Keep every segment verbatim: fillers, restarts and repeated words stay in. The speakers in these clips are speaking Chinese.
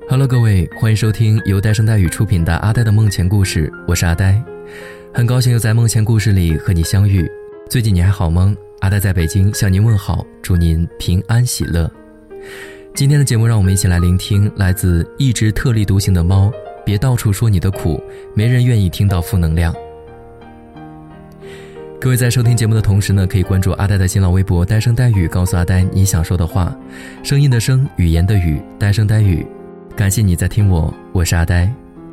Hello， 各位，欢迎收听由呆声呆语出品的阿呆的梦前故事，我是阿呆，很高兴又在梦前故事里和你相遇。最近你还好吗？阿呆在北京向您问好，祝您平安喜乐。今天的节目，让我们一起来聆听来自一只特立独行的猫，别到处说你的苦，没人愿意听到负能量。各位在收听节目的同时呢，可以关注阿呆的新浪微博呆声呆语，告诉阿呆你想说的话，声音的声，语言的语，呆声呆语。感谢你在听我，我是阿呆。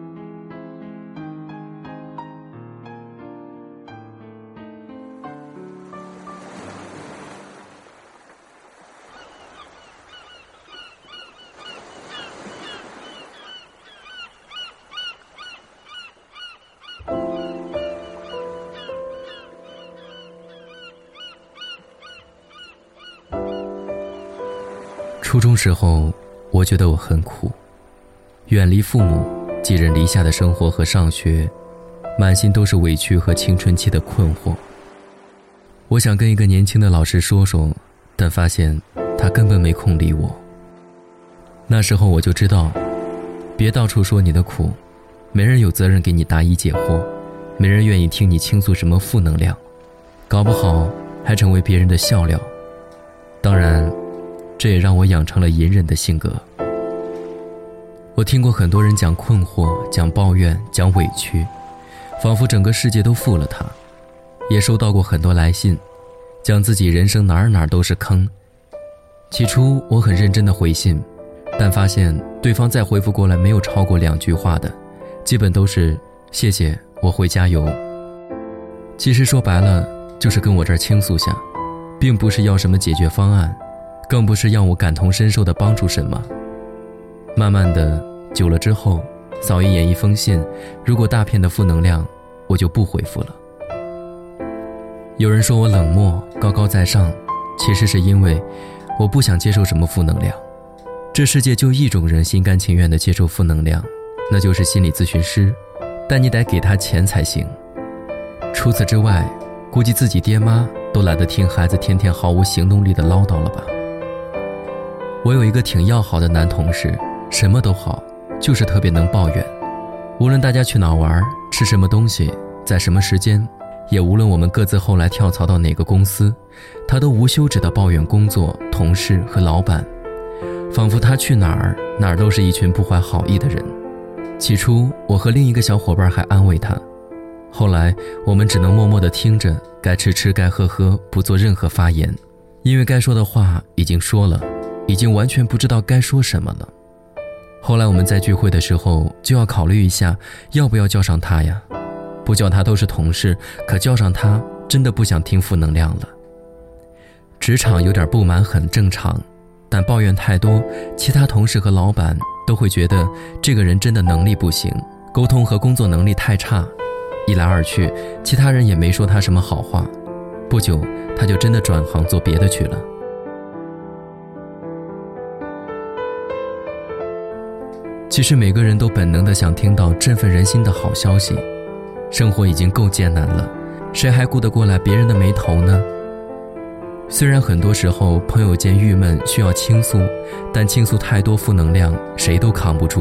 初中时候，我觉得我很苦，远离父母，寄人篱下的生活和上学，满心都是委屈和青春期的困惑。我想跟一个年轻的老师说说，但发现他根本没空理我。那时候我就知道，别到处说你的苦，没人有责任给你答疑解惑，没人愿意听你倾诉什么负能量，搞不好还成为别人的笑料。当然，这也让我养成了隐忍的性格。我听过很多人讲困惑，讲抱怨，讲委屈，仿佛整个世界都负了他。也收到过很多来信，讲自己人生哪儿哪儿都是坑。起初我很认真地回信，但发现对方再回复过来没有超过两句话的，基本都是谢谢，我会加油。其实说白了，就是跟我这儿倾诉下，并不是要什么解决方案，更不是让我感同身受的帮助什么。慢慢的，久了之后，扫一眼一封信，如果大片的负能量，我就不回复了。有人说我冷漠，高高在上，其实是因为我不想接受什么负能量。这世界就一种人心甘情愿地接受负能量，那就是心理咨询师，但你得给他钱才行。除此之外，估计自己爹妈都懒得听孩子天天毫无行动力的唠叨了吧。我有一个挺要好的男同事，什么都好，就是特别能抱怨。无论大家去哪玩，吃什么东西，在什么时间，也无论我们各自后来跳槽到哪个公司，他都无休止地抱怨工作、同事和老板，仿佛他去哪儿哪儿都是一群不怀好意的人。起初我和另一个小伙伴还安慰他，后来我们只能默默地听着，该吃吃该喝喝，不做任何发言，因为该说的话已经说了，已经完全不知道该说什么了。后来我们在聚会的时候就要考虑一下，要不要叫上他呀？不叫他都是同事，可叫上他真的不想听负能量了。职场有点不满很正常，但抱怨太多，其他同事和老板都会觉得这个人真的能力不行，沟通和工作能力太差。一来二去，其他人也没说他什么好话，不久他就真的转行做别的去了。其实每个人都本能地想听到振奋人心的好消息，生活已经够艰难了，谁还顾得过来别人的眉头呢？虽然很多时候朋友间郁闷需要倾诉，但倾诉太多负能量，谁都扛不住。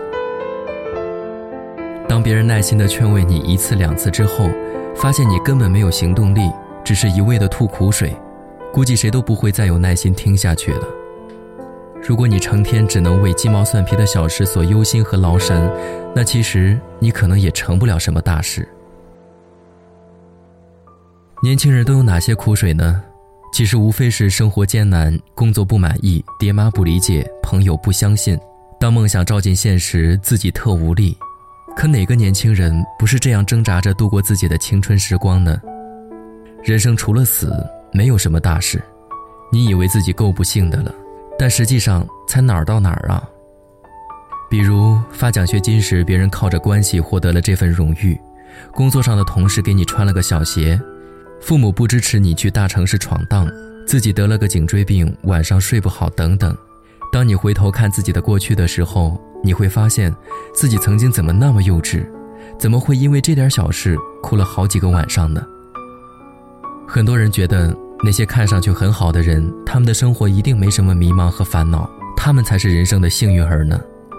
当别人耐心地劝慰你一次两次之后，发现你根本没有行动力，只是一味地吐苦水，估计谁都不会再有耐心听下去了。如果你成天只能为鸡毛蒜皮的小事所忧心和劳神，那其实你可能也成不了什么大事。年轻人都有哪些苦水呢？其实无非是生活艰难，工作不满意，爹妈不理解，朋友不相信，当梦想照进现实，自己特无力。可哪个年轻人不是这样挣扎着度过自己的青春时光呢？人生除了死，没有什么大事。你以为自己够不幸的了，但实际上才哪儿到哪儿啊。比如发奖学金时，别人靠着关系获得了这份荣誉，工作上的同事给你穿了个小鞋，父母不支持你去大城市闯荡，自己得了个颈椎病，晚上睡不好等等。当你回头看自己的过去的时候，你会发现自己曾经怎么那么幼稚，怎么会因为这点小事哭了好几个晚上呢？很多人觉得那些看上去很好的人，他们的生活一定没什么迷茫和烦恼，他们才是人生的幸运儿呢。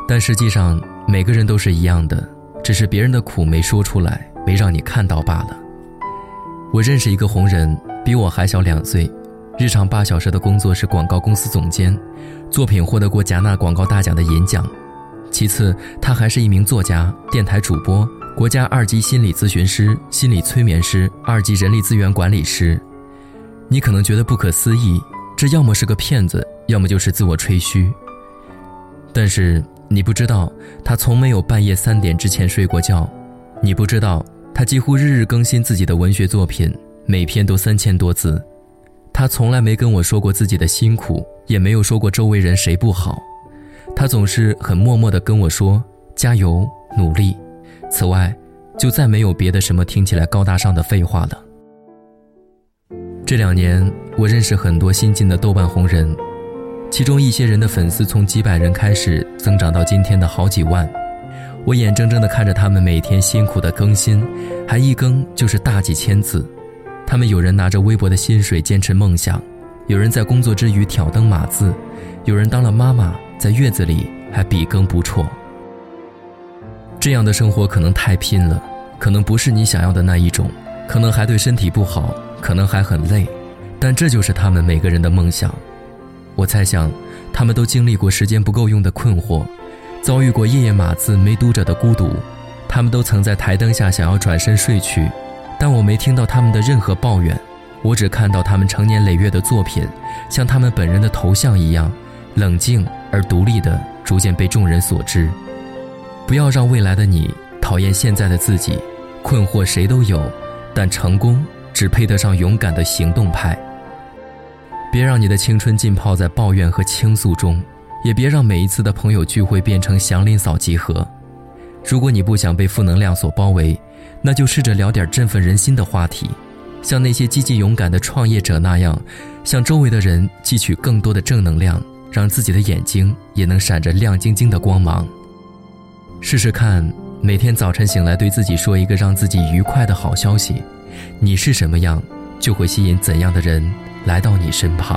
但实际上每个人都是一样的，只是别人的苦没说出来，没让你看到罢了。我认识一个红人，比我还小两岁，日常八小时的工作是广告公司总监，作品获得过戛纳广告大奖的银奖。其次，他还是一名作家、电台主播、国家二级心理咨询师、心理催眠师、二级人力资源管理师。你可能觉得不可思议，这要么是个骗子，要么就是自我吹嘘。但是你不知道，他从没有半夜三点之前睡过觉。你不知道，他几乎日日更新自己的文学作品，每篇都三千多字。他从来没跟我说过自己的辛苦，也没有说过周围人谁不好。他总是很默默地跟我说加油努力，此外就再没有别的什么听起来高大上的废话了。这两年我认识很多新进的豆瓣红人，其中一些人的粉丝从几百人开始增长到今天的好几万。我眼睁睁地看着他们每天辛苦的更新，还一更就是大几千字。他们有人拿着微薄的薪水坚持梦想，有人在工作之余挑灯码字，有人当了妈妈，在月子里还笔耕不辍。这样的生活可能太拼了，可能不是你想要的那一种，可能还对身体不好，可能还很累，但这就是他们每个人的梦想。我猜想他们都经历过时间不够用的困惑，遭遇过夜夜码字没读者的孤独，他们都曾在台灯下想要转身睡去，但我没听到他们的任何抱怨，我只看到他们成年累月的作品，像他们本人的头像一样，冷静而独立的逐渐被众人所知。不要让未来的你讨厌现在的自己，困惑谁都有，但成功只配得上勇敢的行动派。别让你的青春浸泡在抱怨和倾诉中，也别让每一次的朋友聚会变成祥林嫂集合。如果你不想被负能量所包围，那就试着聊点振奋人心的话题，像那些积极勇敢的创业者那样，向周围的人汲取更多的正能量，让自己的眼睛也能闪着亮晶晶的光芒。试试看，每天早晨醒来对自己说一个让自己愉快的好消息，你是什么样，就会吸引怎样的人来到你身旁。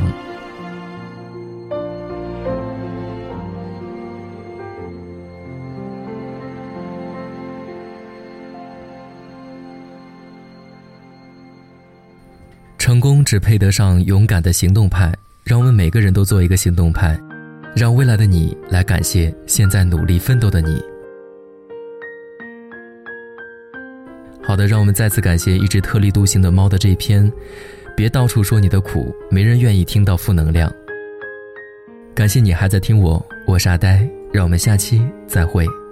成功只配得上勇敢的行动派，让我们每个人都做一个行动派，让未来的你来感谢现在努力奋斗的你。好的，让我们再次感谢一只特立独行的猫的这篇别到处说你的苦，没人愿意听到负能量。感谢你还在听我，我是阿呆，让我们下期再会。